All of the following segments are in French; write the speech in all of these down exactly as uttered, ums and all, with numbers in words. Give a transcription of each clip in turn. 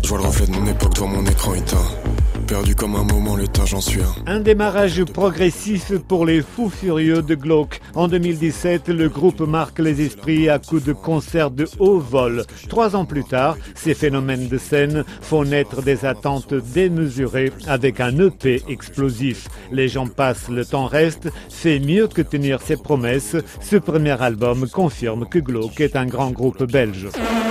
Je vois le reflet de mon époque devant mon écran éteint. Perdu comme un moment, l'état, j'en suis un. Un démarrage progressif pour les fous furieux de Glauque. En deux mille dix-sept, le groupe marque les esprits à coups de concerts de haut vol. Trois ans plus tard, ces phénomènes de scène font naître des attentes démesurées avec un E P explosif. Les gens passent, le temps reste, fait mieux que tenir ses promesses. Ce premier album confirme que Glauque est un grand groupe belge.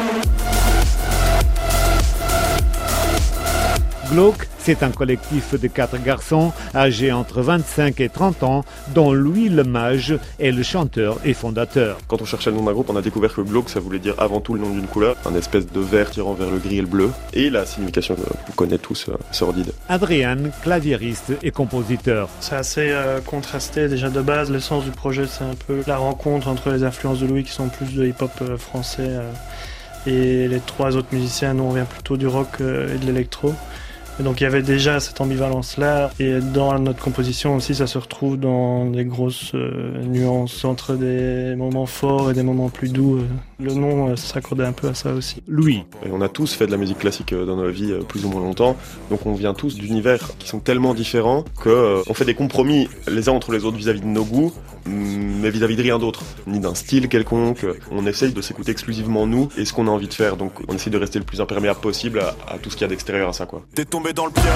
Glauque, c'est un collectif de quatre garçons âgés entre vingt-cinq et trente ans, dont Louis Lemage est le chanteur et fondateur. Quand on cherchait le nom d'un groupe, on a découvert que Glauque, ça voulait dire avant tout le nom d'une couleur, un espèce de vert tirant vers le gris et le bleu, et la signification que vous connaissez tous, euh, sordide. Adrien, claviériste et compositeur. C'est assez euh, contrasté déjà de base, le sens du projet c'est un peu la rencontre entre les influences de Louis qui sont plus de hip-hop euh, français euh, et les trois autres musiciens, nous on vient plutôt du rock euh, et de l'électro. Et donc il y avait déjà cette ambivalence-là, et dans notre composition aussi ça se retrouve dans des grosses euh, nuances entre des moments forts et des moments plus doux. Le nom euh, s'accordait un peu à ça aussi. Louis. Et on a tous fait de la musique classique euh, dans nos vies euh, plus ou moins longtemps, donc on vient tous d'univers qui sont tellement différents que euh, on fait des compromis les uns entre les autres vis-à-vis de nos goûts, mais vis-à-vis de rien d'autre, ni d'un style quelconque. On essaye de s'écouter exclusivement nous et ce qu'on a envie de faire, donc on essaye de rester le plus imperméable possible à, à tout ce qu'il y a d'extérieur à ça, quoi. T'es tombé dans le piège,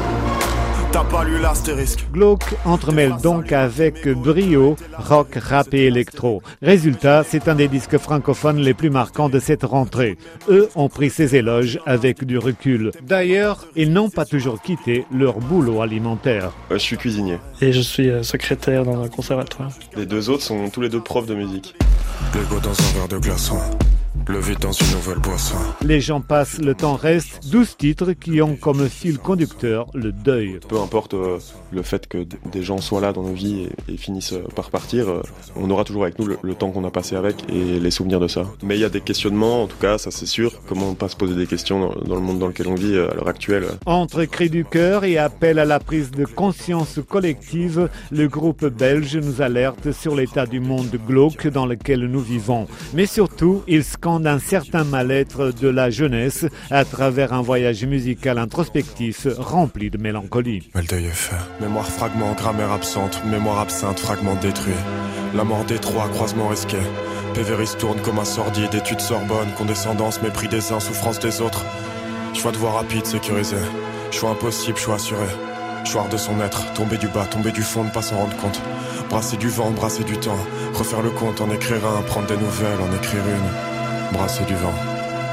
t'as pas lu l'astérisque. Glauque entremêle donc avec brio rock, rap et électro. Résultat, c'est un des disques francophones les plus marquants de cette rentrée. Eux ont pris ces éloges avec du recul. D'ailleurs, ils n'ont pas toujours quitté leur boulot alimentaire. Euh, je suis cuisinier. Et je suis euh, secrétaire dans un conservatoire. Les deux autres sont tous les deux profs de musique. L'ego dans un verre de glaçon, le vide dans une nouvelle boisson. Les gens passent, le temps reste. douze titres qui ont comme fil conducteur le deuil. Peu importe euh, le fait que d- des gens soient là dans nos vies et, et finissent euh, par partir, euh, on aura toujours avec nous le, le temps qu'on a passé avec et les souvenirs de ça. Mais il y a des questionnements, en tout cas, ça c'est sûr. Comment ne pas se poser des questions dans, dans le monde dans lequel on vit euh, à l'heure actuelle. Entre cris du cœur et appel à la prise de conscience collective, le groupe belge nous alerte sur l'état du monde glauque dans lequel nous vivons. Mais surtout, il scande un certain mal-être de la jeunesse à travers un voyage musical introspectif rempli de mélancolie. Mais le deuil est fait. Mémoire fragment, grammaire absente, mémoire absinthe, fragment détruit. La mort des trois, croisement risqué. Pévéris tourne comme un sordide, études Sorbonne, condescendance, mépris des uns, souffrance des autres. Choix de voie rapide, sécurisé. Choix impossible, choix assuré. Choix de son être, tomber du bas, tomber du fond, ne pas s'en rendre compte. Brasser du vent, brasser du temps. Refaire le compte, en écrire un, prendre des nouvelles, en écrire une. Brasser du vent.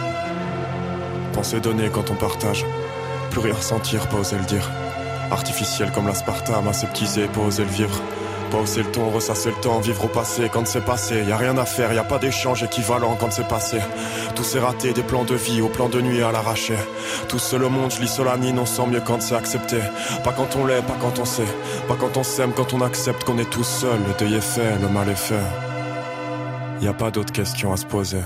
Penser donner quand on partage. Plus rien ressentir, pas oser le dire. Artificiel comme l'aspartame, aseptisé, pas oser le vivre. Pas hausser le ton, ressasser le temps, vivre au passé quand c'est passé. Y a rien à faire, y a pas d'échange équivalent quand c'est passé. Tout s'est raté, des plans de vie au plan de nuit à l'arraché. Tout seul au monde, je lis Solanine, on sent mieux quand c'est accepté. Pas quand on l'est, pas quand on sait. Pas quand on s'aime, quand on accepte qu'on est tous seuls. Le deuil est fait, le mal est fait. Y a pas d'autres questions à se poser.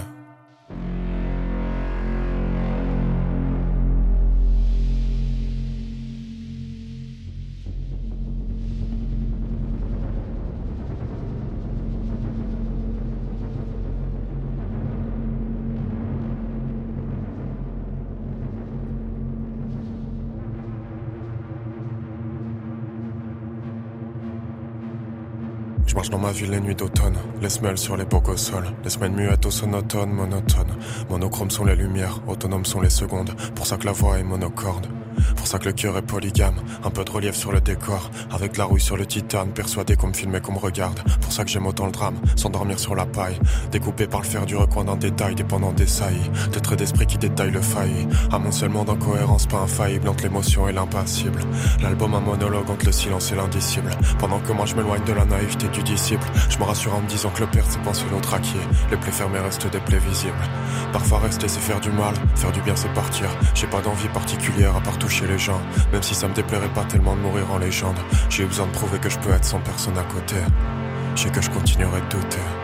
Je marche dans ma ville les nuits d'automne, les semelles sur les beaux au sol, les semaines muettes au sonotone, monotone. Monochrome sont les lumières, autonomes sont les secondes, pour ça que la voix est monocorde. Pour ça que le cœur est polygame, un peu de relief sur le décor, avec la rouille sur le titane, persuadé qu'on me filme et qu'on me regarde. Pour ça que j'aime autant le drame, s'endormir sur la paille, découpé par le fer du recoin d'un détail, dépendant des saillies, de traits d'esprit qui détaillent le failli. Amoncellement d'incohérence pas infaillible entre l'émotion et l'impassible. L'album un monologue entre le silence et l'indicible. Pendant que moi je m'éloigne de la naïveté du disciple, je me rassure en me disant que le père c'est penser l'autre acquis. Les plaies fermées restent des plaies visibles. Parfois rester c'est faire du mal, faire du bien c'est partir. J'ai pas d'envie particulière à part toucher les gens, même si ça me déplairait pas tellement de mourir en légende. J'ai eu besoin de prouver que je peux être sans personne à côté. Je sais que je continuerai de douter.